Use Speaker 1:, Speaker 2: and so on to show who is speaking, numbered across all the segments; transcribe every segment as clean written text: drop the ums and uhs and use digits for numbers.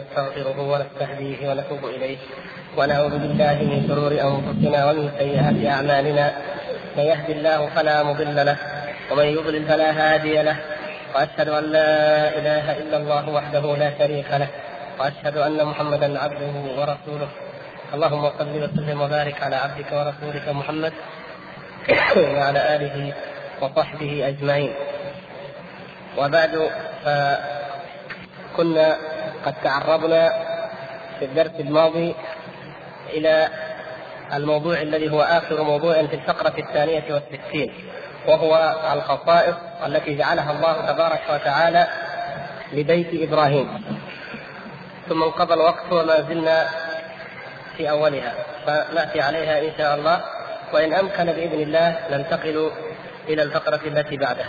Speaker 1: نستغفره ونستهديه ونتوب إليه ونعوذ بالله من شرور أنفسنا ومن سيئات أعمالنا. من يهد الله فلا مضل له ومن يضلل فلا هادي له، وأشهد أن لا إله إلا الله وحده لا شريك له، وأشهد أن محمدا عبده ورسوله. اللهم صل وسلم وبارك على عبدك ورسولك محمد وعلى آله وصحبه أجمعين. وبعد، كنا قد تعرضنا في الدرس الماضي إلى الموضوع الذي هو آخر موضوع في الفقرة 62، وهو الخصائص التي جعلها الله تبارك وتعالى لبيت إبراهيم. ثم انقضى الوقت وما زلنا في أولها، فنأتي عليها إن شاء الله، وإن أمكن بإذن الله ننتقل إلى الفقرة التي بعدها.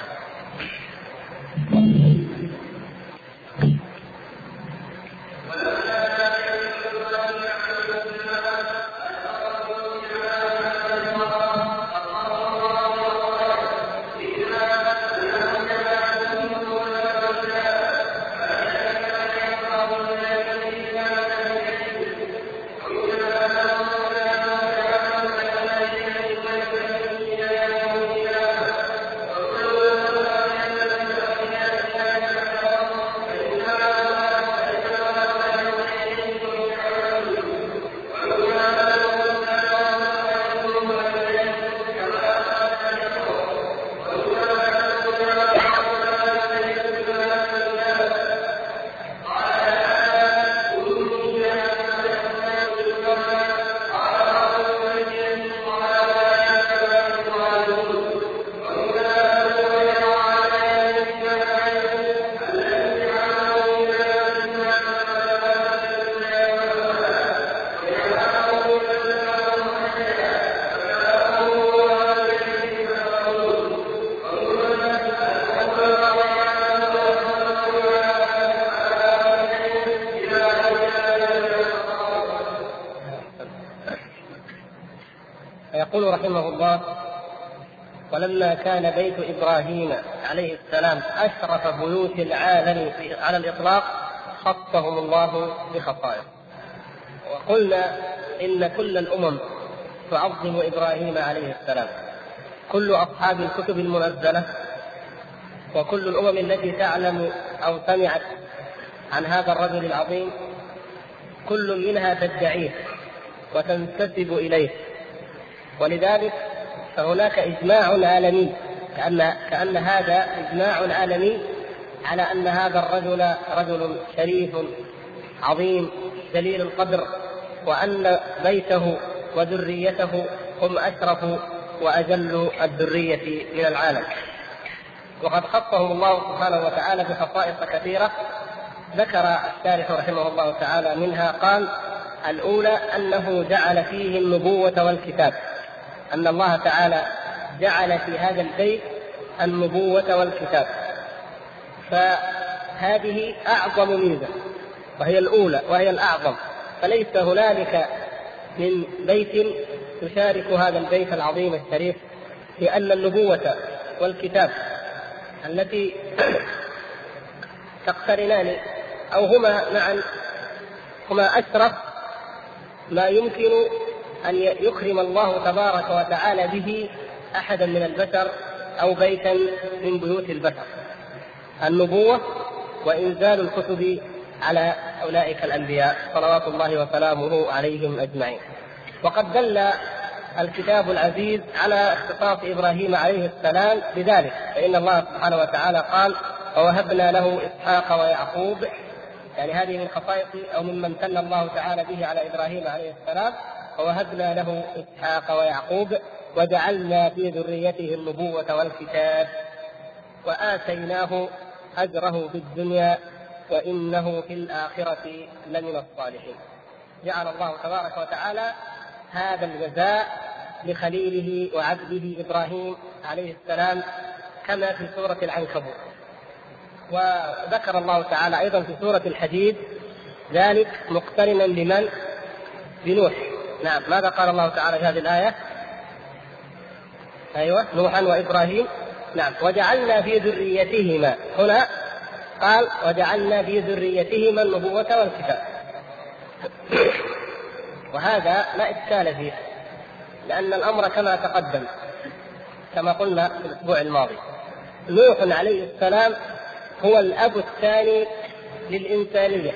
Speaker 1: يقول رحمه الله: ولما كان بيت إبراهيم عليه السلام أشرف بيوت العالم على الإطلاق خصهم الله بخصائص. وقلنا إن كل الأمم تعظم إبراهيم عليه السلام، كل أصحاب الكتب المنزلة وكل الأمم التي تعلم أو سمعت عن هذا الرجل العظيم كل منها تدعيه وتنتسب إليه. ولذلك فهناك إجماع عالمي، كأن هذا إجماع عالمي على أن هذا الرجل رجل شريف عظيم جليل القدر، وأن بيته وذريته هم أشرف وأجل الذرية من العالم. وقد خصهم الله سبحانه وتعالى بخصائص كثيرة ذكر الشارح رحمه الله تعالى منها. قال: الأولى أنه جعل فيه النبوة والكتاب، أن الله تعالى جعل في هذا البيت النبوة والكتاب، فهذه أعظم ميزة وهي الأولى وهي الأعظم. فليس هنالك من بيت يشارك هذا البيت العظيم الشريف في أن النبوة والكتاب التي تقترنان أو هما معا هما أشرف ما يمكن أن يكرم الله تبارك وتعالى به أحدا من البشر أو بيتا من بيوت البشر: النبوة وإنزال الكتب على أولئك الأنبياء صلوات الله وسلامه عليهم أجمعين. وقد دل الكتاب العزيز على اختصاص إبراهيم عليه السلام بذلك، فإن الله سبحانه وتعالى قال: ووهبنا له إسحاق ويعقوب. يعني هذه من خصائص أو ممن امتن الله تعالى به على إبراهيم عليه السلام: ووهبنا له إسحاق ويعقوب وجعلنا في ذريته النبوة والكتاب وآتيناه أجره في الدنيا وإنه في الآخرة لمن الصالحين. جعل الله تبارك وتعالى هذا الجزاء لخليله وعبده إبراهيم عليه السلام كما في سورة العنكبوت. وذكر الله تعالى أيضا في سورة الحديد ذلك مقترنا بمن؟ بنوح. نعم، ماذا قال الله تعالى في هذه الآية؟ أيوة، نوحا وإبراهيم. نعم، وجعلنا في ذريتهما. هنا قال وجعلنا في ذريتهما النبوة والكتاب. وهذا لا إشكال فيه، لأن الأمر كما تقدم كما قلنا في الأسبوع الماضي، نوح عليه السلام هو الأب الثاني للإنسانية،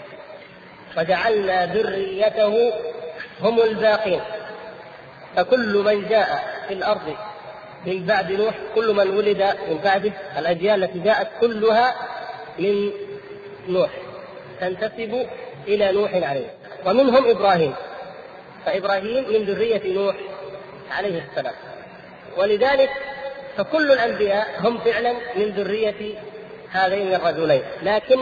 Speaker 1: وجعلنا ذريته هم الباقين. فكل من جاء في الأرض من بعد نوح، كل من ولد من بعده، الأجيال التي جاءت كلها من نوح تنتسب إلى نوح عليه السلام، ومنهم إبراهيم، فإبراهيم من ذرية نوح عليه السلام. ولذلك فكل الأنبياء هم فعلا من ذرية هذين الرجلين، لكن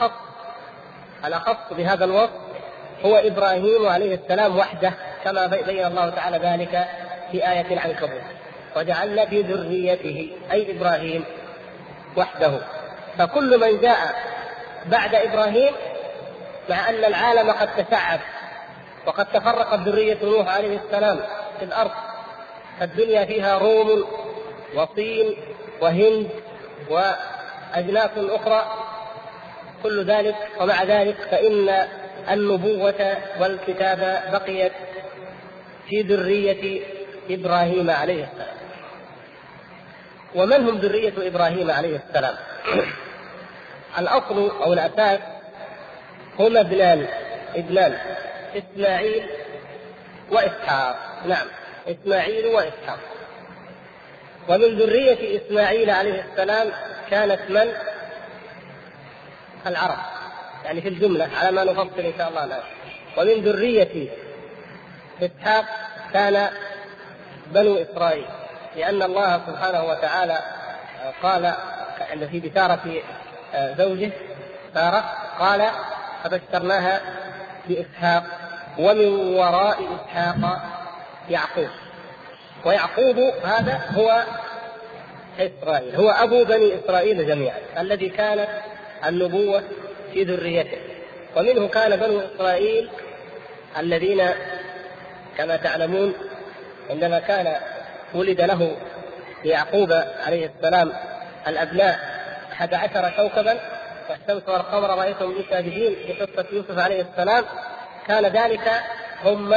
Speaker 1: الأخص بهذا الوصف هو إبراهيم عليه السلام وحده، كما بين الله تعالى ذلك في آية العنكبوت، وجعلنا في ذريته أي إبراهيم وحده. فكل من جاء بعد إبراهيم، مع أن العالم قد تشعب وقد تفرقت ذرية نوح عليه السلام في الأرض، فالدنيا فيها روم وصين وهند وأجناس أخرى، كل ذلك ومع ذلك فإن النبوة والكتاب بقيت في ذرية إبراهيم عليه السلام. ومن هم ذرية إبراهيم عليه السلام؟ الأصل أو الأساس هما ابنان إسماعيل وإسحاق. نعم، إسماعيل وإسحاق. ومن ذرية إسماعيل عليه السلام كانت من؟ العرب، يعني في الجملة على ما نفصل إن شاء الله الآن. ومن ذرية إسحاق كان بنو إسرائيل، لأن الله سبحانه وتعالى قال في بشارة زوجه سارة قال فبشرناها بإسحاق ومن وراء إسحاق يعقوب. ويعقوب هذا هو إسرائيل، هو أبو بني إسرائيل جميعا، الذي كانت النبوة في ذريته. ومنه كان بنو إسرائيل الذين كما تعلمون عندما كان ولد له يعقوب عليه السلام الأبناء 11 كوكبا، والشمس والقمر رأيتهم لي ساجدين في قصة يوسف عليه السلام، كان ذلك هم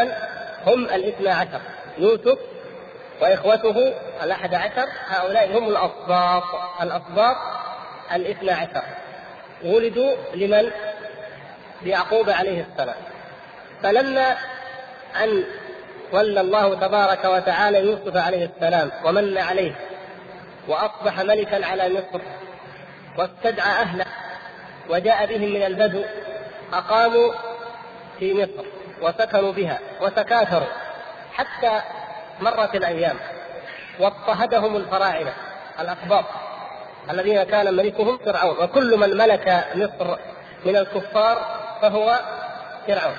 Speaker 1: 12، يوسف وإخوته 11، هؤلاء هم الأصباط 12، ولدوا لمن؟ ليعقوب عليه السلام. فلما أن ولى الله تبارك وتعالى يوسف عليه السلام ومن عليه وأصبح ملكا على مصر، واستدعى أهله وجاء بهم من البدو، أقاموا في مصر وسكنوا بها وتكاثروا حتى مرت الأيام، واضطهدهم الفراعنة الأقباط الذين كان ملكهم فرعون، وكل من ملك مصر من الكفار فهو فرعون.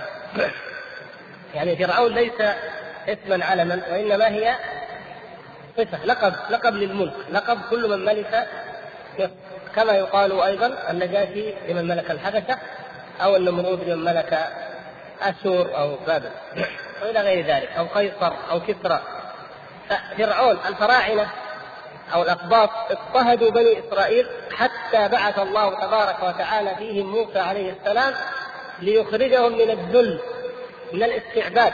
Speaker 1: يعني فرعون ليس اسما علما، وإنما هي صفة، لقب للملك، لقب كل من ملك مصر، كما يقال أيضا النجاشي لمن ملك الحبشة، أو النمرود لمن ملك أشور أو بابل وإلى غير ذلك، أو قيصر أو كسرى. فرعون الفراعنة أو الأقباط اضطهدوا بني إسرائيل حتى بعث الله تبارك وتعالى فيهم موسى عليه السلام ليخرجهم من الذل، من الاستعباد.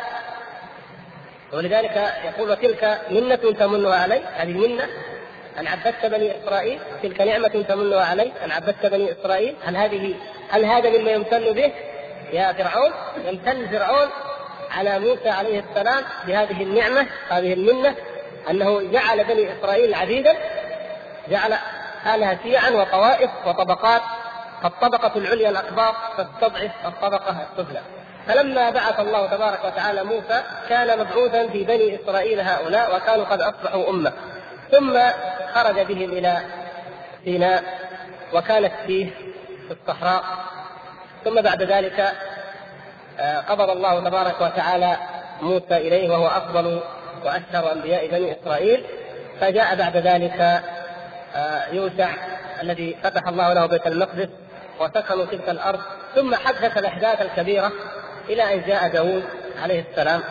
Speaker 1: ولذلك يقول وتلك منة تمنها علي، هذه منة أن عبدت بني إسرائيل، تلك نعمة تمنها علي أن عبدت بني إسرائيل. هل هذا مما يمتن به يا فرعون؟ يمتن فرعون على موسى عليه السلام بهذه النعمة، هذه المنة، أنه جعل بني إسرائيل عبيدا، جعل آلهة شيعا وطوائف وطبقات، فالطبقة العليا الأقباط تستضعف الطبقة السفلى. فلما بعث الله تبارك وتعالى موسى كان مبعوثا في بني إسرائيل هؤلاء، وكانوا قد أصبحوا أمة، ثم خرج بهم إلى سيناء وكانت فيه في الصحراء، ثم بعد ذلك قبض الله تبارك وتعالى موسى إليه وهو أفضل وأشهر أنبياء بني إسرائيل. فجاء بعد ذلك يوشع الذي فتح الله له بيت المقدس وسكنوا تلك الأرض، ثم حدث الأحداث الكبيرة إلى أن جاء داود عليه السلام.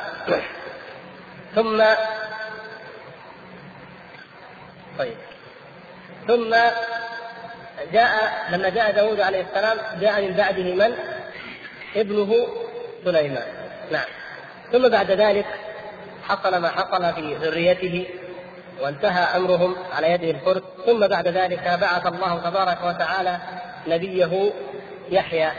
Speaker 1: ثم لما جاء داود عليه السلام جاء من بعده من؟ ابنه سليمان. نعم. ثم بعد ذلك حصل ما حصل في ذريته وانتهى أمرهم على يده الفرس. ثم بعد ذلك بعث الله تبارك وتعالى نبيه يحيى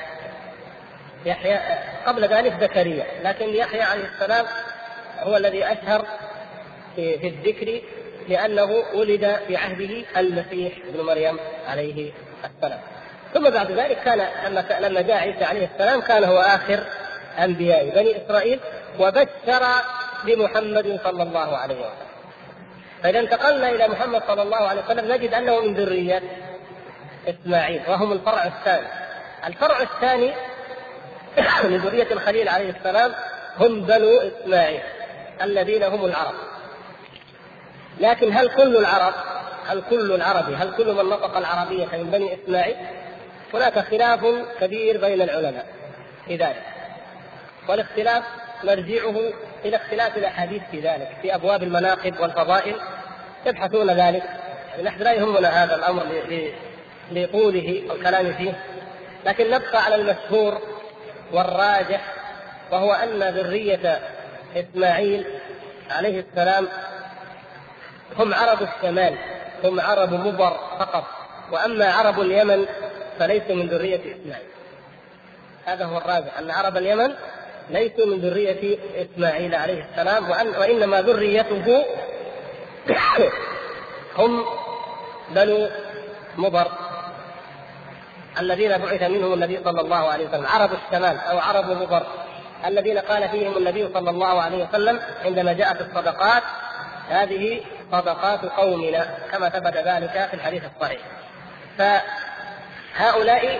Speaker 1: قبل ذلك زكريا، لكن يحيى عليه السلام هو الذي أشهر في الذكر لأنه ولد في عهده المسيح ابن مريم عليه السلام. ثم بعد ذلك كان لما جاء عيسى عليه السلام كان هو آخر أنبياء بني إسرائيل وبشر بمحمد صلى الله عليه وسلم. فإذا انتقلنا إلى محمد صلى الله عليه وسلم نجد أنه من ذرية إسماعيل وهم الفرع الثاني. الفرع الثاني من ذرية الخليل عليه السلام هم بنو إسماعيل الذين هم العرب. لكن هل كل العرب؟ هل كل من نطق العربية من بني إسماعيل؟ هناك خلاف كبير بين العلماء في ذلك، والاختلاف مرجعه إلى اختلاف الأحاديث في ذلك في أبواب المناقب والفضائل يبحثون ذلك. نحن لا يهمنا هذا الأمر لطوله والكلام فيه، لكن نبقى على المشهور والراجح، وهو أن ذرية إسماعيل عليه السلام هم عرب الشمال، هم عرب مضر فقط، وأما عرب اليمن فليسوا من ذرية إسماعيل. هذا هو الراجح، أن عرب اليمن ليسوا من ذرية إسماعيل عليه السلام، وإنما ذريته هم بنو مضر الذين بعث منهم النبي صلى الله عليه وسلم، عرب الشمال أو عرب مضر الذين قال فيهم النبي صلى الله عليه وسلم عندما جاءت الصدقات: هذه صدقات قومنا، كما ثبت ذلك في الحديث الصحيح. فهؤلاء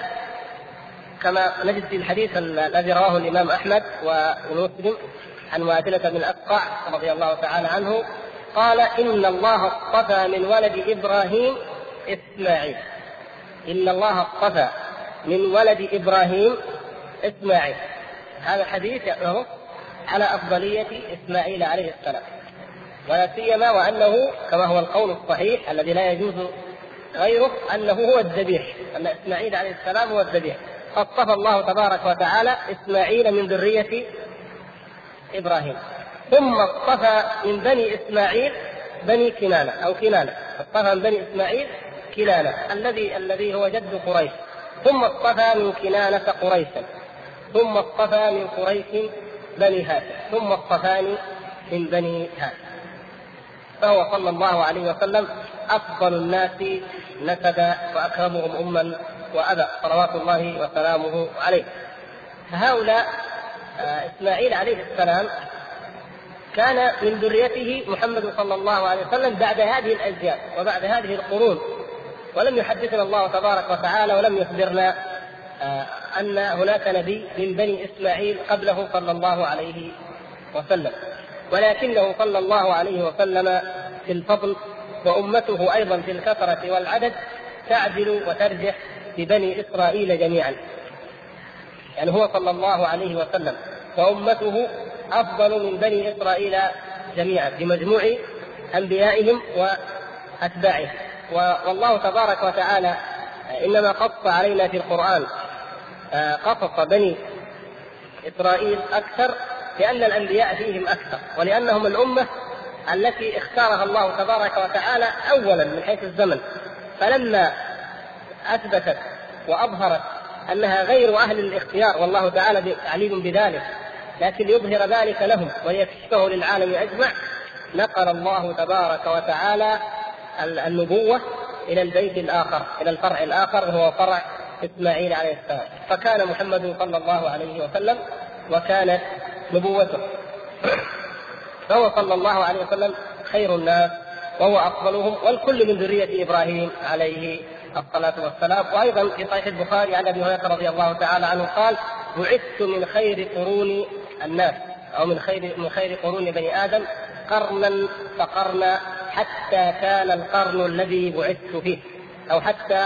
Speaker 1: كما نجد في الحديث الذي رواه الإمام أحمد ومسلم عن واثلة بن الأسقع رضي الله تعالى عنه قال: إن الله اصطفى من ولد إبراهيم إسماعيل. إن الله اصطفى من ولد إبراهيم إسماعيل. هذا الحديث يأمر على أفضلية إسماعيل عليه السلام، ولا سيما وأنه كما هو القول الصحيح الذي لا يجوز غيره أنه هو الذبيح، أن إسماعيل عليه السلام هو الذبيح. فاصطفى الله تبارك وتعالى إسماعيل من ذرية إبراهيم، ثم اصطفى من بني إسماعيل بني كنانة أو كنانة، اصطفى من بني إسماعيل كنانة الذي هو جد قريش، ثم اصطفى من كنانة قريشا، ثم اصطفى من قريش بني هاشم، ثم اصطفاني من بني هاشم. فهو صلى الله عليه وسلم أفضل الناس نسبا وأكرمهم أما وأبا، صلوات الله وسلامه عليه. فهؤلاء إسماعيل عليه السلام كان من ذريته محمد صلى الله عليه وسلم بعد هذه الأجيال وبعد هذه القرون، ولم يحدثنا الله تبارك وتعالى ولم يخبرنا أن هناك نبي من بني إسماعيل قبله صلى الله عليه وسلم، ولكنه صلى الله عليه وسلم في الفضل وأمته أيضا في الكثرة والعدد تعدل وترجح ببني إسرائيل جميعا. يعني هو صلى الله عليه وسلم وأمته أفضل من بني إسرائيل جميعا بمجموع أنبيائهم وأتباعهم. والله تبارك وتعالى إنما قص علينا في القرآن قصص بني إسرائيل أكثر لأن الأنبياء فيهم أكثر، ولأنهم الأمة التي اختارها الله تبارك وتعالى أولا من حيث الزمن، فلما أثبتت وأظهرت أنها غير أهل الاختيار والله تعالى عليم بذلك، لكن يظهر ذلك لهم ويكشفه للعالم أجمع، نقل الله تبارك وتعالى النبوة إلى البيت الآخر، إلى الفرع الآخر وهو فرع إسماعيل عليه السلام. فكان محمد صلى الله عليه وسلم وكانت نبوته، فهو صلى الله عليه وسلم خير الناس وهو أفضلهم، والكل من ذرية إبراهيم عليه الصلاة والسلام. وأيضا في صحيح البخاري عن أبي هريرة رضي الله تعالى عنه قال: بعثت من خير قرون الناس أو من خير قرون بني آدم قرنا فقرنا حتى كان القرن الذي بعثت فيه، أو حتى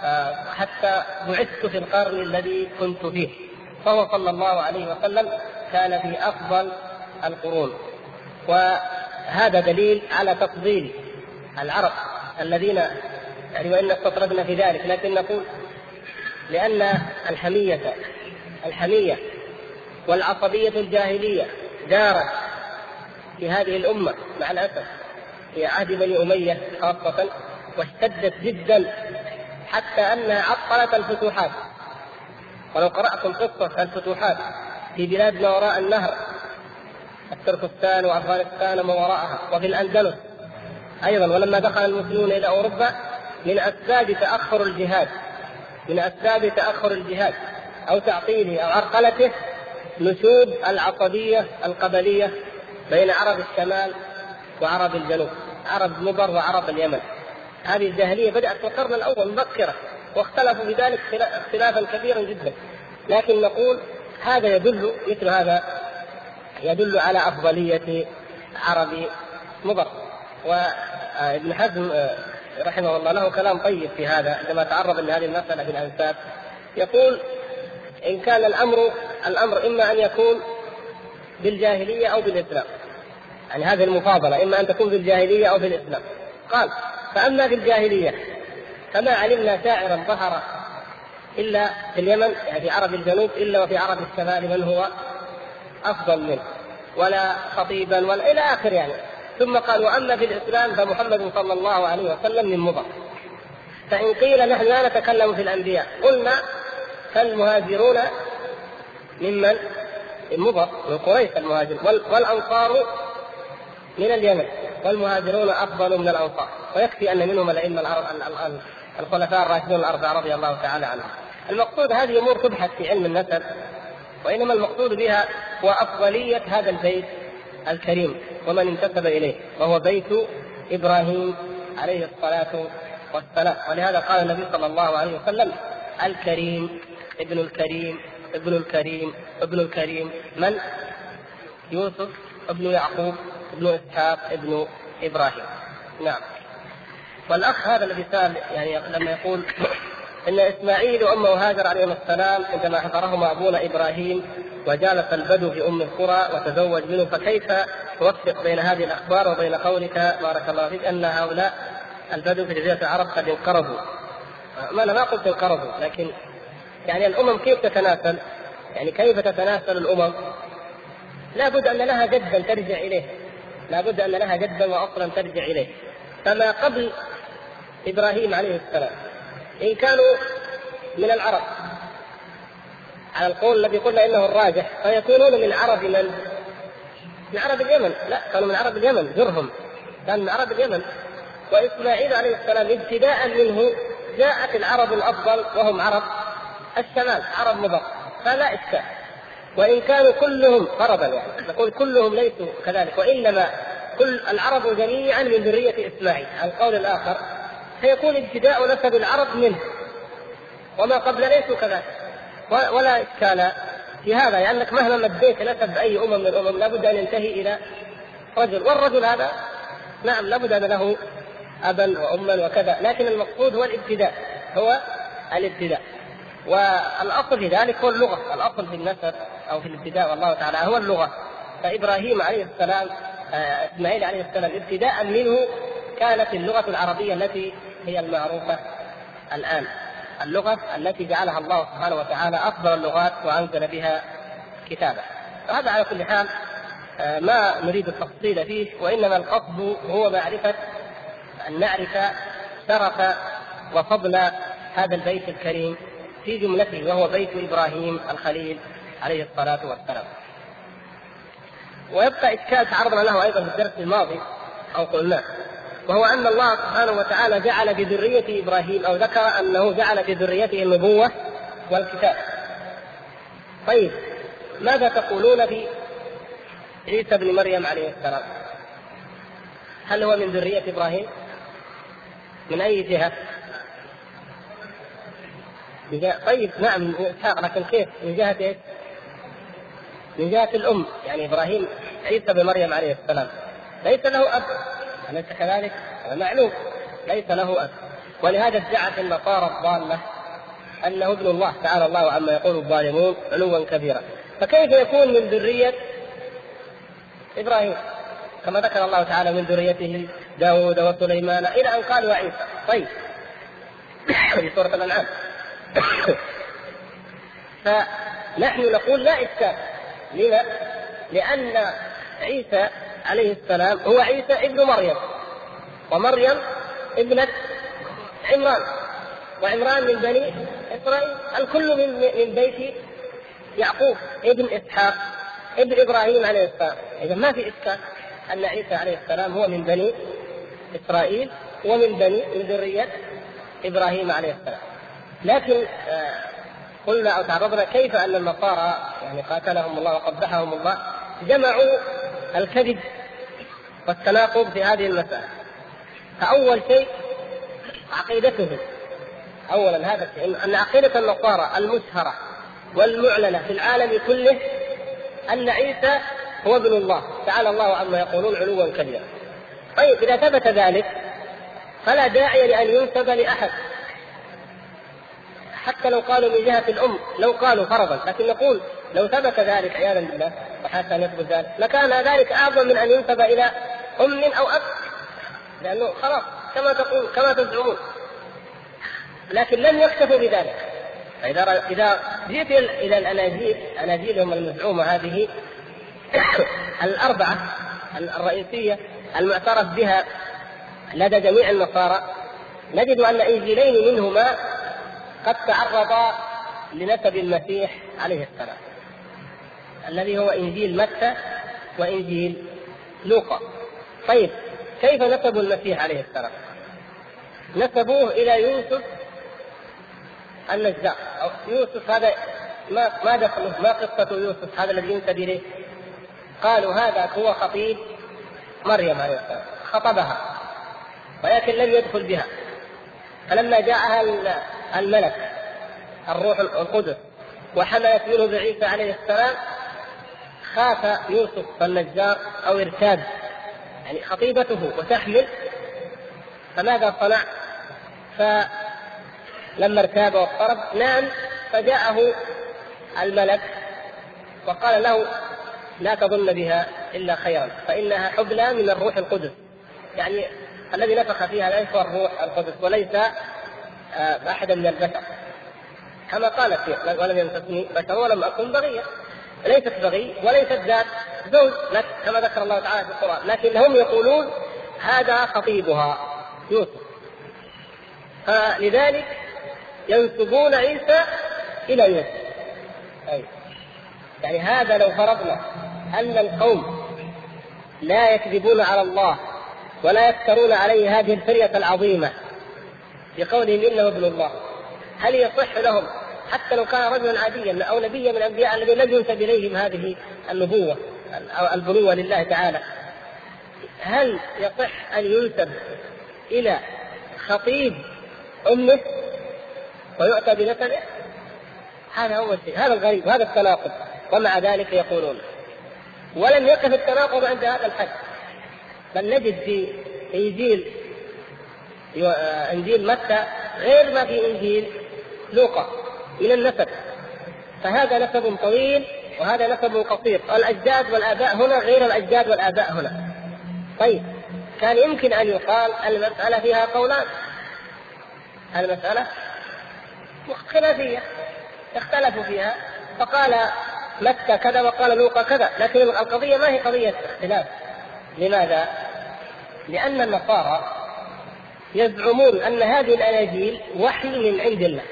Speaker 1: بعثت في القرن الذي كنت فيه. فهو صلى الله عليه وسلم كان في أفضل القرون، وهذا دليل على تفضيل العرب الذين يعني وإن استطردنا في ذلك، لكن نقول لأن الحمية والعصبية الجاهلية دارت في هذه الأمة مع الأسف في عهد بني أمية خاصة، واشتدت جدا حتى أنها عطلت الفتوحات. ولو قرأتم قصة الفتوحات في بلاد ما وراء النهر، التركستان وأفغانستان وما وراءها، وفي الأندلس أيضا، ولما دخل المسلمون إلى أوروبا، من أسباب تأخر الجهاد أو تعطيله أو عرقلته نشوب العصبية القبلية بين عرب الشمال وعرب الجنوب، عرب مضر وعرب اليمن. هذه الجاهلية بدأت في القرن الأول مبكرة، واختلفوا بذلك اختلافا كبيرا جدا. لكن نقول هذا مثل هذا يدل على أفضلية عرب مضر. وابن حزم رحمه الله له كلام طيب في هذا عندما تعرض لهذه المسألة في الأنساب، يقول إن كان الأمر إما أن يكون بالجاهلية أو بالإسلام، يعني هذه المفاضلة إما أن تكون بالجاهلية أو بالإسلام. قال فأما بالجاهلية فما علمنا شاعرا ظهر إلا في اليمن، يعني في عرب الجنوب، إلا وفي عرب الشمال من هو أفضل منه، ولا خطيبا ولا إلى آخر يعني. ثم قال وأما في الإسلام فمحمد صلى الله عليه وسلم من مضر. فإن قيل نحن لا نتكلم في الأنبياء، قلنا فالمهاجرون ممن مضر من قريش المهاجر، والأنصار من اليمن، والمهاجرون أفضل من الأنصار، ويكفي أن منهم الأئمة الخلفاء الراشدون الأربعة رضي الله تعالى عنهم. المقصود هذه أمور تبحث في علم النسب، وإنما المقصود بها هو أفضلية هذا البيت الكريم ومن انتسب إليه، وهو بيت إبراهيم عليه الصلاة والسلام. ولهذا قال النبي صلى الله عليه وسلم الكريم ابن الكريم ابن الكريم ابن الكريم، من؟ يوسف ابن يعقوب ابن إسحاق ابن إبراهيم. نعم. والأخ هذا الذي سأل يعني لما يقول إن إسماعيل وأمه هاجر عليهما السلام عندما حضرهما أبونا إبراهيم وجالس البدو في أم القرى وتزوج منه، فكيف توفق بين هذه الأخبار وبين قولك بارك الله فيك أن هؤلاء البدو في جزيرة العرب قد انقرضوا؟ أنا ما قلت انقرضوا، لكن يعني الأمم كيف تتناسل؟ يعني كيف تتناسل الأمم؟ لا بد أن لها جدا ترجع إليه، لا بد أن لها جدا وأصلا ترجع إليه. فما قبل إبراهيم عليه السلام إن كانوا من العرب على القول الذي قلنا إنه الراجح، فيكونون من عرب من؟ من عرب اليمن. لا، كانوا من عرب اليمن، جرهم كان من عرب اليمن. وإسماعيل عليه السلام ابتداء منه جاءت العرب الأفضل وهم عرب الشمال، عرب مضر، فلا إشكال. وإن كانوا كلهم فرضا، يعني نقول كلهم ليسوا كذلك، وإنما كل العرب جميعا من ذرية إسماعيل على القول الآخر، فيكون ابتداء نسب العرب منه، وما قبل ليسوا كذلك، ولا إشكال في هذا، لأنك مهما مديت نسب أي أمم من الأمم لابد أن ينتهي إلى رجل، والرجل هذا نعم لابد أن له أبا وأما وكذا، لكن المقصود هو الابتداء، هو الابتداء. والأصل في ذلك هو اللغة، الأصل في النسب أو في الابتداء والله تعالى هو اللغة. فإبراهيم عليه السلام إسماعيل عليه السلام ابتداء منه كانت اللغة العربية التي هي المعروفة الآن، اللغة التي جعلها الله سبحانه وتعالى أفضل اللغات وأنزل بها كتابه. وهذا على كل حال ما نريد التفصيل فيه، وإنما القصد هو معرفة أن نعرف شرف وفضل هذا البيت الكريم في جملته، وهو بيت إبراهيم الخليل عليه الصلاة والسلام. ويبقى إشكال تعرضنا له أيضا في الدرس الماضي أو قلناه، وهو أن الله سبحانه وتعالى جعل بذرية إبراهيم أو ذكر أنه جعل بذريته النبوة والكتاب. طيب ماذا تقولون في عيسى بن مريم عليه السلام؟ هل هو من ذرية إبراهيم؟ من أي جهة؟ طيب نعم من إسحاق، لكن كيف؟ من جهة إيه؟ من جهة الأم، يعني إبراهيم عيسى بن مريم عليه السلام ليس له أب، أليس كذلك؟ معلوم ليس له أب، ولهذا ادعت النصارى الضالة أنه ابن الله تعالى الله عما يقول الظالمون علوا كبيرا. فكيف يكون من ذرية إبراهيم كما ذكر الله تعالى من ذريته داود وسليمان إلى أن قال وعيسى؟ طيب في سورة الأنعام. فنحن نقول لا إشكال. لما؟ لأن عيسى عليه السلام هو عيسى ابن مريم، ومريم ابنة عمران، وعمران من بني إسرائيل، الكل من بيت يعقوب ابن إسحاق ابن إبراهيم عليه السلام. إذا ما في إشكال أن عيسى عليه السلام هو من بني إسرائيل ومن ذرية إبراهيم عليه السلام. لكن قلنا أو تعرضنا كيف أن النصارى يعني قاتلهم الله وقبحهم الله جمعوا الكذب والتناقض في هذه المسألة. فأول شيء عقيدتهم، أولا هذا الشيء أن عقيدة النصارى المشهرة والمعلنة في العالم كله أن عيسى هو ابن الله تعالى الله عما يقولون علوا كبيرا. طيب إذا ثبت ذلك فلا داعي لأن ينسب لأحد، حتى لو قالوا من جهة الأم، لو قالوا فرضا، لكن نقول لو ثبت ذلك عياذا بالله وحتى أن يثبت ذلك لكان ذلك أعظم من أن ينسب إلى أم أو أب، لأنه خلاص كما تقول كما تزعمون. لكن لم يكتفوا بذلك. إذا جئت إلى أناجيلهم المزعومة هذه الأربعة الرئيسية المعترف بها لدى جميع النصارى، نجد أن إنجيلين منهما قد تعرضا لنسب المسيح عليه السلام، الذي هو إنجيل متى وإنجيل لوقا. طيب كيف نسبوا المسيح عليه السلام؟ نسبوه إلى يوسف النجار. يوسف هذا ما دخله، ما قصة يوسف هذا الذي ينسب إليه؟ قالوا هذا هو خطيب مريم عليه السلام، خطبها ولكن لم يدخل بها. فلما جاءها الملك الروح القدس وحملت منه بعيسى عليه السلام خاف يوسف النجار أو ارتاب، يعني خطيبته وتحمل، فماذا صنع؟ فلما ارتاب واضطرب نام، فجاءه الملك وقال له لا تظن بها إلا خيرا فإنها حبلى من الروح القدس، يعني الذي نفخ فيها ليس الروح القدس وليس أحد من البشر، كما قالت ولم يمسسني بشر ولم أكن بغيا، ليست بغي وليست ذات زوج كما ذكر الله تعالى في القرآن، لكن هم يقولون هذا خطيبها يوسف. فلذلك ينسبون عيسى إلى يوسف. يعني هذا لو فرضنا أن القوم لا يكذبون على الله ولا يفترون عليه هذه الفرية العظيمة بقولهم إنه ابن الله، هل يصح لهم حتى لو كان رجلا عاديا أو نبيا من الأنبياء الذين لم ينسب إليهم هذه النبوة أو البنوة لله تعالى، هل يصح أن ينسب إلى خطيب أمه ويؤتى بنسبه؟ هذا هو الشيء، هذا الغريب، هذا التناقض. ومع ذلك يقولون. ولم يقف التناقض عند هذا الحد، بل نجد في إنجيل متى غير ما في إنجيل لوقا من النسب، فهذا نسب طويل وهذا نسب قصير، الأجداد والآباء هنا غير الأجداد والآباء هنا. طيب كان يمكن أن يقال المسألة فيها قولان، المسألة خلافية اختلفوا فيها، فقال متى كذا وقال لوقا كذا، لكن القضية ما هي قضية اختلاف. لماذا؟ لأن النصارى يزعمون أن هذه الأناجيل وحي من عند الله،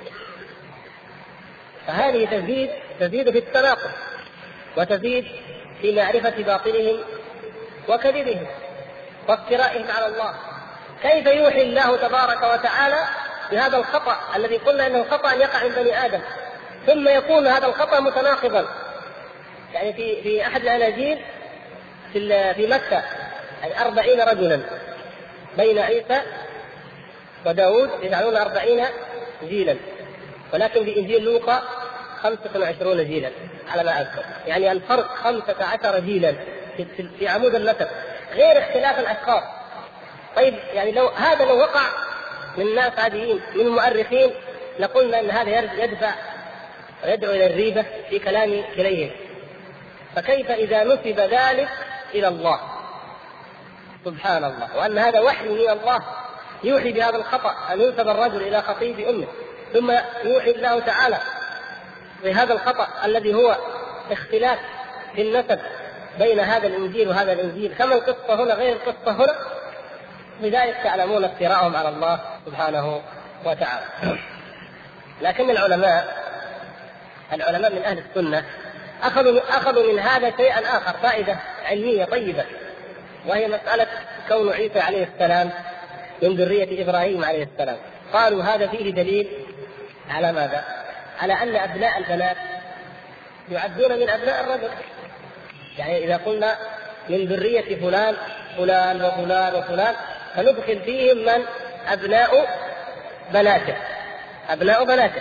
Speaker 1: فهذه تزيد في التناقض وتزيد في معرفة باطلهم وكذبهم وافترائهم على الله. كيف يوحي الله تبارك وتعالى بهذا الخطأ الذي قلنا أنه خطأ يقع عند بني آدم، ثم يكون هذا الخطأ متناقضا؟ يعني في أحد الأناجيل في مكة 40 رجلا بين عيسى وداود يجعلون 40 جيلا، ولكن في إنجيل لوقا 25 جيلا على ما أذكر، يعني الفرق 15 جيلا في عمود النسب، غير اختلاف الأشخاص. طيب يعني لو وقع من ناس عاديين من المؤرخين لقلنا أن هذا يدعو إلى الريبة في كلام كليهم، فكيف إذا نسب ذلك إلى الله سبحان الله، وأن هذا وحي من الله يوحي بهذا الخطأ أن ينسب الرجل إلى خطيب أمه، ثم يوحي الله تعالى بهذا الخطأ الذي هو اختلاف في النسب بين هذا الإنجيل وهذا الإنجيل، كما القصة هنا غير القصة هنا. لذلك تعلمون افتراءهم على الله سبحانه وتعالى. لكن العلماء من أهل السنة أخذوا من هذا شيئا آخر، فائدة علمية طيبة، وهي مسألة كون عيسى عليه السلام من ذرية إبراهيم عليه السلام. قالوا هذا فيه دليل على ماذا؟ على أن أبناء البنات يعدون من أبناء الرجل. يعني إذا قلنا من ذرية فلان فلان وفلان وفلان، فندخل فيهم من أبناء بناته.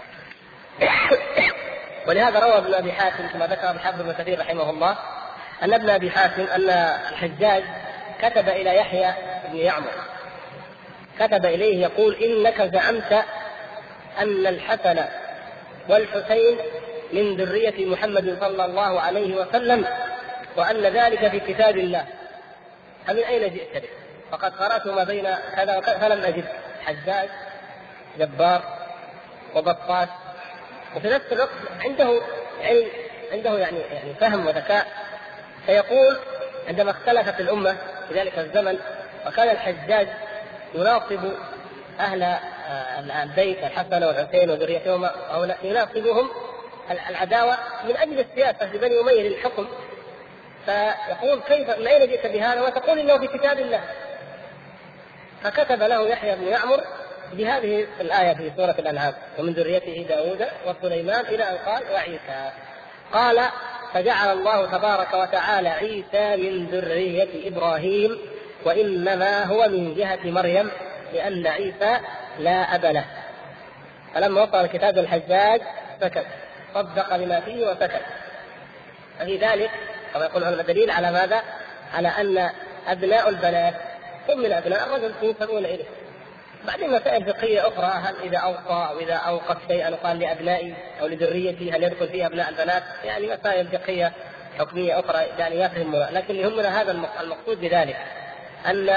Speaker 1: ولهذا روى ابن أبي حاتم كما ذكر الحافظ ابن كثير رحمه الله أن ابن أبي حاتم أن الحجاج كتب إلى يحيى بن يعمر، كتب إليه يقول: إنك زعمت أن الحسن والحسين من ذرية محمد صلى الله عليه وسلم، وأن ذلك في كتاب الله، فمن أين جئت به؟ فقد قرأت ما بين كذا وكذا فلم أجد. حجاج جبار وبطاس، وفي نفس الوقت عنده علم، عنده يعني فهم وذكاء. فيقول عندما اختلفت الأمة في ذلك الزمن وكان الحجاج يناصب أهل البيت الحسن والحسين وذريتهما، أو يناصبهم العداوة من أجل السياسة لبني أمية للحكم، فيقول: كيف من أين جئت بهذا وتقول إنه في كتاب الله؟ فكتب له يحيى بن يعمر بهذه الآية في سورة الأنعام: ومن ذريته داود وسليمان، إلى أن قال: وعيسى. قال: فجعل الله تبارك وتعالى عيسى من ذرية إبراهيم، وإنما هو من جهة مريم، لأن عيسى لا أب له. فلما وصل الكتاب الحجاج سكت، صدق بما فيه وسكت. ففي ذلك كما يقول هذا دليل على ماذا؟ على أن أبناء البنات هم من أبناء الرجل ينسبون إليه. بعدين مسائل فقهية أخرى: هل إذا أوصى أو إذا أوقف شيئا وقال لأبنائي أو لذريتي هل يدخل فيه أبناء البنات؟ يعني مسائل فقهية حكمية أخرى يعني ما فهمنا. لكن يهمنا هذا المقصود بذلك، أن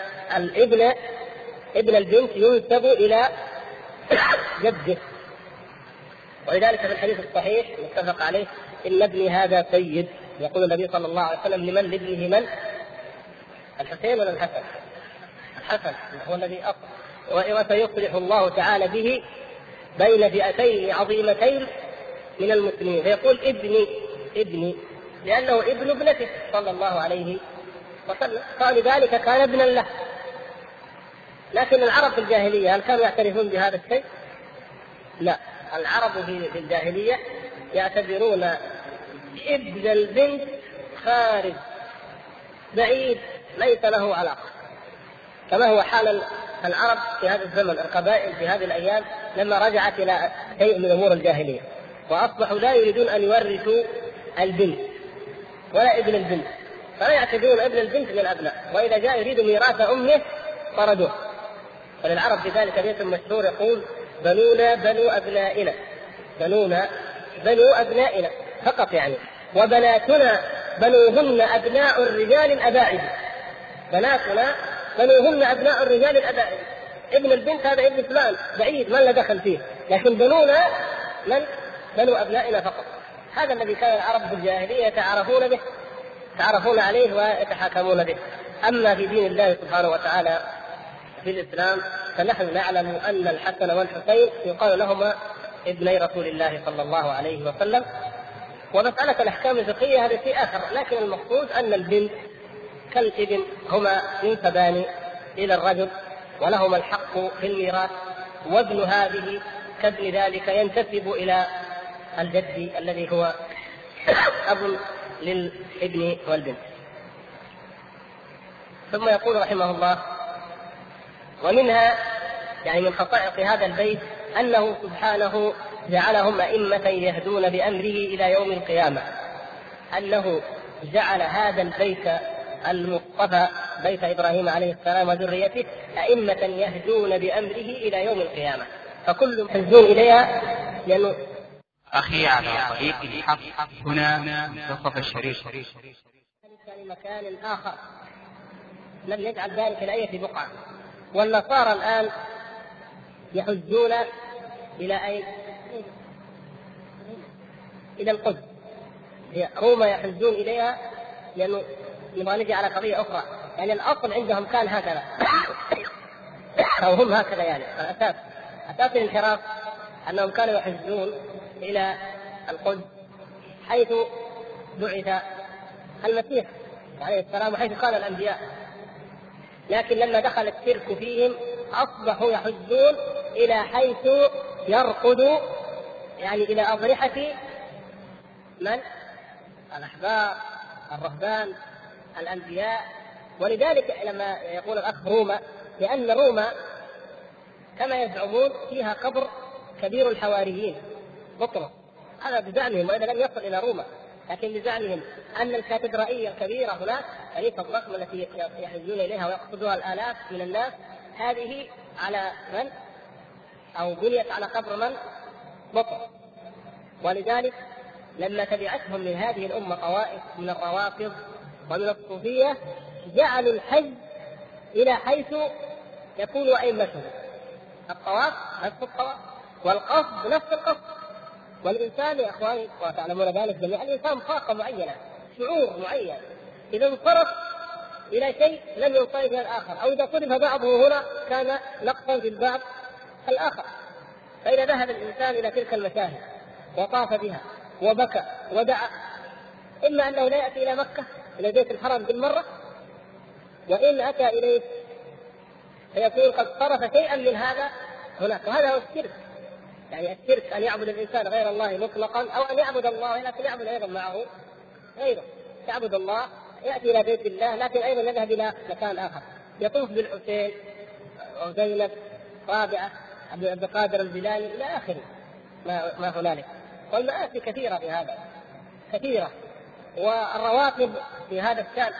Speaker 1: ابن البنت ينسب إلى جده. ولذلك في الحديث الصحيح متفق عليه: إن ابني هذا سيد. يقول النبي صلى الله عليه وسلم: لمن؟ لابنه من؟ الحسين ولا الحسن؟ الحسن هو الذي وسيصلح الله تعالى به بين فئتين عظيمتين من المسلمين. فيقول: ابني لأنه ابن ابنته صلى الله عليه وسلم، فلذلك كان ابنا له. لكن العرب في الجاهلية هل كانوا يعترفون بهذا الشيء؟ لا، العرب في الجاهلية يعتبرون ابن البنت خارج بعيد ليس له علاقة، كما هو حال العرب في هذا الزمن، القبائل في هذه الأيام لما رجعت إلى شيء من أمور الجاهلية وأصبحوا لا يريدون أن يورثوا البنت ولا ابن البنت، فلا يعتبرون ابن البنت من الأبناء، وإذا جاء يريد ميراث أمه طردوه. فللعرب في ذلك بيت مشهور يقول: بنونا بنو أبنائنا، بنونا بنو أبنائنا فقط يعني، وبناتنا بنوهن أبناء الرجال الأباعد. بناتنا بنوهن أبناء الرجال الأباعد. ابن البنت هذا ابن فلان بعيد ما له دخل فيه، لكن بنونا من؟ بنو أبنائنا فقط. هذا الذي كان العرب في الجاهلية يتعارفون به، يتعارفون عليه ويتحاكمون به. أما في دين الله سبحانه وتعالى في الإسلام فنحن نعلم أن الحسن والحسين يقال لهما ابني رسول الله صلى الله عليه وسلم. ومسألة الأحكام الفقهية هذا شيء آخر، لكن المقصود أن البنت كالابن هما ينسبان إلى الرجل ولهما الحق في الميراث، وابن هذه كابن ذلك ينتسب إلى الجد الذي هو أب للابن والبنت. ثم يقول رحمه الله: ومنها يعني من خصائص هذا البيت أنه سبحانه جعلهم أئمة يهدون بأمره إلى يوم القيامة، أنه جعل هذا البيت المصطفى بيت إبراهيم عليه السلام وذريته أئمة يهدون بأمره إلى يوم القيامة، فكل يهدون إليها لأنه
Speaker 2: أخي على طريق الحق هنا منتصف الشريف
Speaker 1: لمكان آخر لم يجعل ذلك لأية بقعة، والنصارى الآن يحجون إلى أين؟ إلى القدس. هي روما يحجون إليها، لأنه نبغى نجي على قضية أخرى. يعني الأصل عندهم كان هكذا أو هم هكذا، يعني أساس الانحراف أنهم كانوا يحجون إلى القدس حيث بعث المسيح عليه السلام وحيث كان الأنبياء. لكن لما دخل الشرك فيهم أصبحوا يحجون إلى حيث يرقد، يعني إلى أضرحة من؟ الأحبار، الرهبان، الأنبياء. ولذلك لما يقول الأخ روما، لأن روما كما يزعمون فيها قبر كبير الحواريين بطرس، هذا بزعمهم، وإذا لم يصل إلى روما، لكن بزعمهم أن الكاتدرائية الكبيرة هناك، كنيسة الضخمة التي يحجون إليها ويقصدها الآلاف من الناس، هذه على من؟ أو بنيت على قبر من؟ بطرس. ولذلك لما تبعتهم من هذه الأمة طوائف من الروافض ومن الصوفية جعلوا الحج إلى حيث يكون أئمتهم. الطواف نفس الطواف، والقصد نفس القصد. والإنسان يا إخواني وتعلمون ذلك جميعا، الإنسان طاقة معينة، شعور معين، إذا انصرف إلى شيء لم ينصرف إلى الآخر، أو إذا صرف بعضه هنا كان نقصا في البعض الآخر. فإذا ذهب الإنسان إلى تلك المشاهد وطاف بها وبكى ودعا، إما أنه لا يأتي إلى مكة إلى بيت الحرام بالمرة، وإن أتى إليه فيكون قد صرف شيئا من هذا هناك. وهذا هو الشرك. يعني الشرك أن يعبد الإنسان غير الله مطلقا، أو أن يعبد الله لكن يعبد أيضا معه غيره. يعبد الله، يأتي إلى بيت الله، لكن أيضا يذهب إلى مكان آخر، يطوف بالحسين أو زينب رابعة عبد القادر الجيلاني إلى آخر ما هنالك. والمآسي كثيرة في هذا، كثيرة. والروافض في هذا الشأن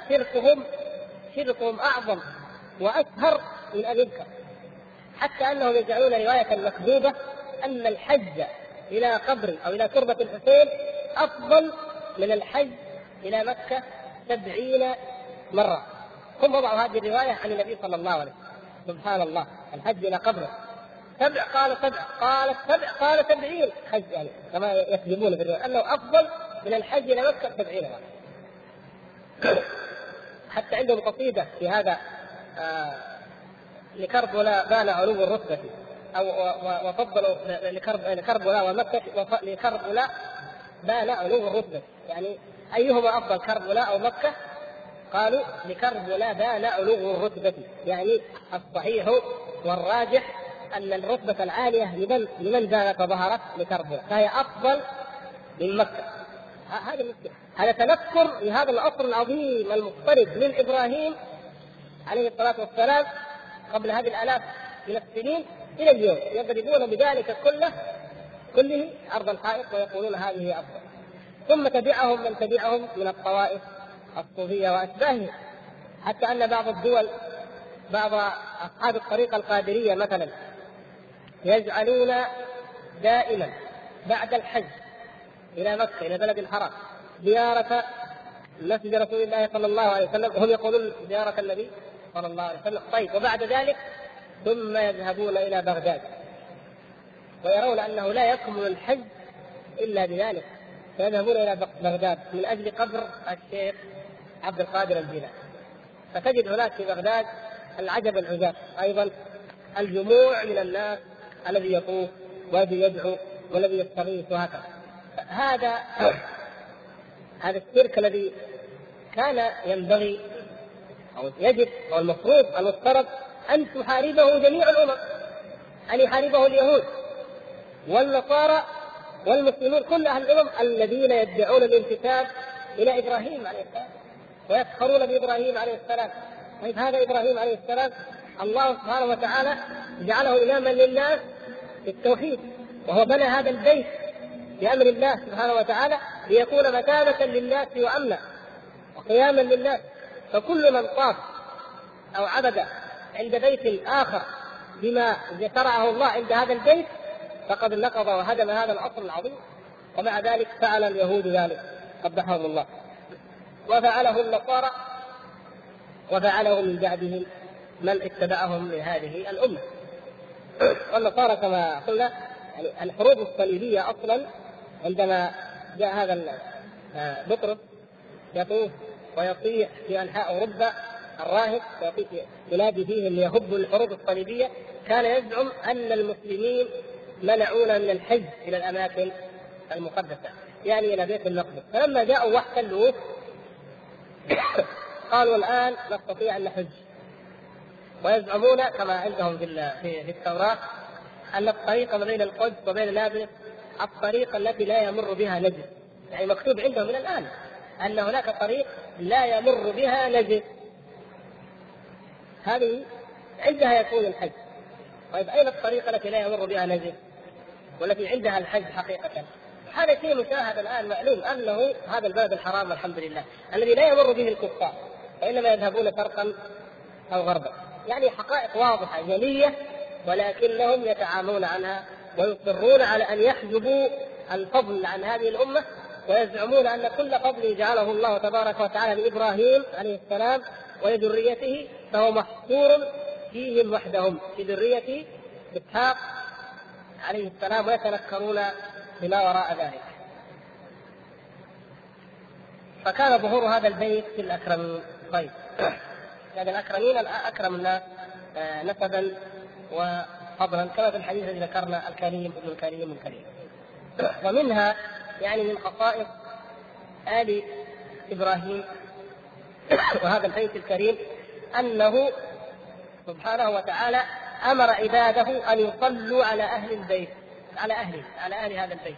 Speaker 1: شركهم أعظم وأشهر من أن يذكر، حتى أنهم يجعلون رواية مكذوبة أن الحج إلى قبر أو إلى تربة الحسين أفضل من الحج إلى مكة 70 مرة. هم وضعوا هذه الرواية عن النبي صلى الله عليه وسلم. سبحان الله، الحج إلى قبره 7 قال 7 قال 7 قال 70 حج، يعني كما يكذبون في الرواية أنه أفضل من الحج إلى مكة 70 مرة. حتى عندهم قصيدة في هذا لكربلاء بان علو الرتبة، أو وفضلوا لكربلاء ومكة، لكربلاء بان علو الرتبة، يعني أيهما أفضل كربلاء أو مكة؟ قالوا لكربلاء بان علو الرتبة، يعني الصحيح والراجح أن الرتبة العالية لمن بانت وظهرت لكربلاء، فهي أفضل من مكة. هذا المشكلة. هذا تنكر لهذا الأصل العظيم المضطرب من إبراهيم عليه الصلاة والسلام قبل هذه الآلاف من السنين إلى اليوم، يضربون بذلك كله عرض الحائط ويقولون هذه أفضل. ثم تبعهم من تبعهم من الطوائف الصوفية وأشباههم، حتى أن بعض الدول، بعض أصحاب الطريقة القادرية مثلا، يجعلون دائما بعد الحج إلى مكة إلى بلد الحرام زيارة مسجد رسول الله صلى الله عليه وسلم، وهم يقولون زيارة النبي صلى الله عليه وسلم. طيب، وبعد ذلك ثم يذهبون إلى بغداد، ويرون أنه لا يكمل الحج إلا بذلك، فيذهبون إلى بغداد من أجل قبر الشيخ عبد القادر الجيلاني. فتجد هناك في بغداد العجب العجاب أيضا، الجموع من الناس الذي يطوف والذي يدعو والذي يستغيث وهكذا. هذا الشرك الذي كان ينبغي أو يجب أو المفروض المفترض أن تحاربه جميع الأمم، أن يحاربه اليهود والنصارى والمسلمون، كل أهل الأمم الذين يدعون الانتساب إلى إبراهيم عليه السلام ويفخرون بإبراهيم عليه السلام. طيب، هذا إبراهيم عليه السلام الله سبحانه وتعالى جعله إماما للناس في التوحيد، وهو بنى هذا البيت بأمر الله سبحانه وتعالى ليكون مثابة للناس وأمنا وقياما للناس. فكل من طاف أو عبد عند بيت آخر بما شرعه الله عند هذا البيت فقد نقض وهدم هذا الأصل العظيم. ومع ذلك فعل اليهود ذلك قبحهم الله، وفعله النصارى، وفعله من بعدهم من اتبعهم من هذه الأمة. والنصارى كما قلنا يعني الحروب الصليبية أصلا عندما جاء هذا بطرس يطوف ويطيح في أنحاء أوروبا الراهب ينادي فيهم ليهبوا الحروب الصليبية، كان يزعم أن المسلمين منعونا من الحج إلى الأماكن المقدسة يعني إلى بيت المقدس. فلما جاءوا واحتلوه قالوا الآن نستطيع أن نحج، ويزعمون كما عندهم في التوراة أن الطريق ما بين القدس وبين نابلس الطريق التي لا يمر بها نجس، يعني مكتوب عندهم من الآن أن هناك طريق لا يمر بها نجس، هذه عندها يكون الحج. طيب أين الطريقة التي لا يمر بها نجس والتي عندها الحج حقيقة؟ هذا شيء مشاهد الآن معلوم أنه هذا البلد الحرام والحمد لله الذي لا يمر به الكفار وإنما يذهبون شرقا أو غربا، يعني حقائق واضحة جلية، ولكنهم يتعامون عنها ويصرون على أن يحجبوا الفضل عن هذه الأمة، ويزعمون أن كل فضل جعله الله تبارك وتعالى لإبراهيم عليه السلام ولذريته فهو محصور فيهم وحدهم في ذرية إسحاق عليه السلام، ويتنكرون بما وراء ذلك. فكان ظهور هذا البيت في الأكرمين. طيب يعني الأكرمين أكرم الناس نسبا وفضلا كما في الحديث الذي ذكرنا الكريم ابن الكريم الكريم. ومنها يعني من خصائص آل إبراهيم وهذا البيت الكريم أنه سبحانه وتعالى أمر عباده أن يصلوا على أهل البيت، على أهل هذا البيت.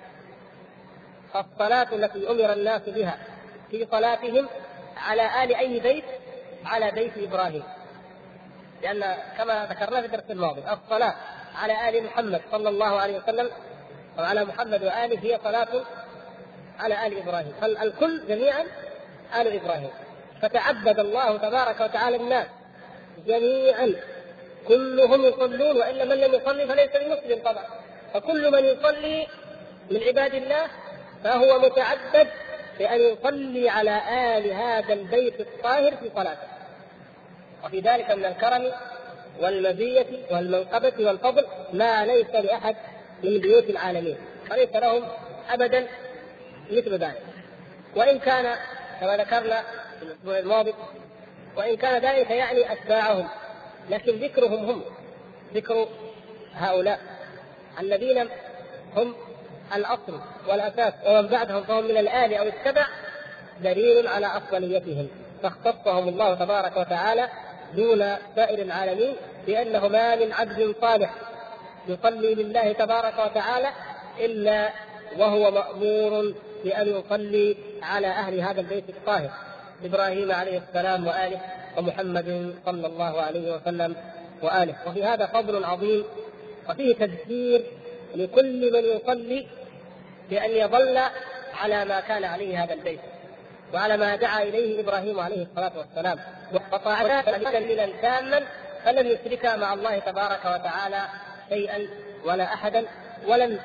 Speaker 1: فالصلاة التي أمر الناس بها في صلاتهم على آل أي بيت؟ على بيت إبراهيم، لأن كما ذكرنا في الدرس الماضي الصلاة على آل محمد صلى الله عليه وسلم وعلى محمد وآله هي صلاة على آل إبراهيم، فالكل جميعا آل إبراهيم. فتعبد الله تبارك وتعالى الناس جميعا كلهم يصلون، وإلا من لم يصلي فليس بمسلم طبعا، فكل من يصلي من عباد الله فهو متعبد بأن يصلي على آل هذا البيت الطاهر في صلاته. وفي ذلك من الكرم والمزية والمنقبة والفضل ما ليس لأحد من بيوت العالمين، فليس لهم أبدا مثل ذلك. وإن كان كما ذكرنا في الأسبوع الماضي وإن كان ذلك يعني أتباعهم، لكن ذكرهم هم ذكر هؤلاء الذين هم الأصل والأساس ومن بعدهم فهم من الآل أو التبع دليل على أفضليتهم، فاختصهم الله تبارك وتعالى دون سائر العالمين، لأنه ما من عبد صالح يصلي لله تبارك وتعالى إلا وهو مأمور بأن يصلي على أهل هذا البيت الطاهر إبراهيم عليه السلام وآله ومحمد صلى الله عليه وسلم وآله. وفي هذا فضل عظيم، وفيه تذكير لكل من يصلي بأن يظل على ما كان عليه هذا البيت وعلى ما دعا إليه إبراهيم عليه الصلاة والسلام، وطاعته تكملا تاما فلم يشرك مع الله تبارك وتعالى شيئا ولا أحدا، ولم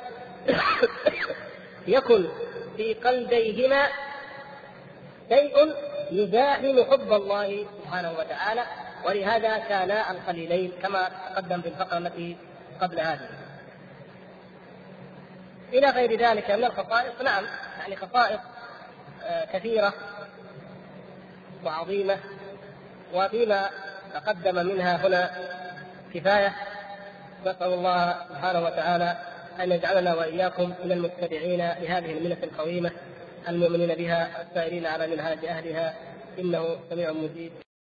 Speaker 1: يكن في قلبيهما شيء يزاحم حب الله سبحانه وتعالى، ولهذا كانا الخليلين كما تقدم في الفقرة التي قبل هذه. إلى غير ذلك من الخصائص، نعم يعني خصائص كثيرة وعظيمة، وفيما تقدم منها هنا كفاية. نسأل الله سبحانه وتعالى أن يجعلنا وإياكم من المتبعين لهذه الملة القويمة المؤمنين بها السائرين على منهاج أهلها، إنه سميع مجيب.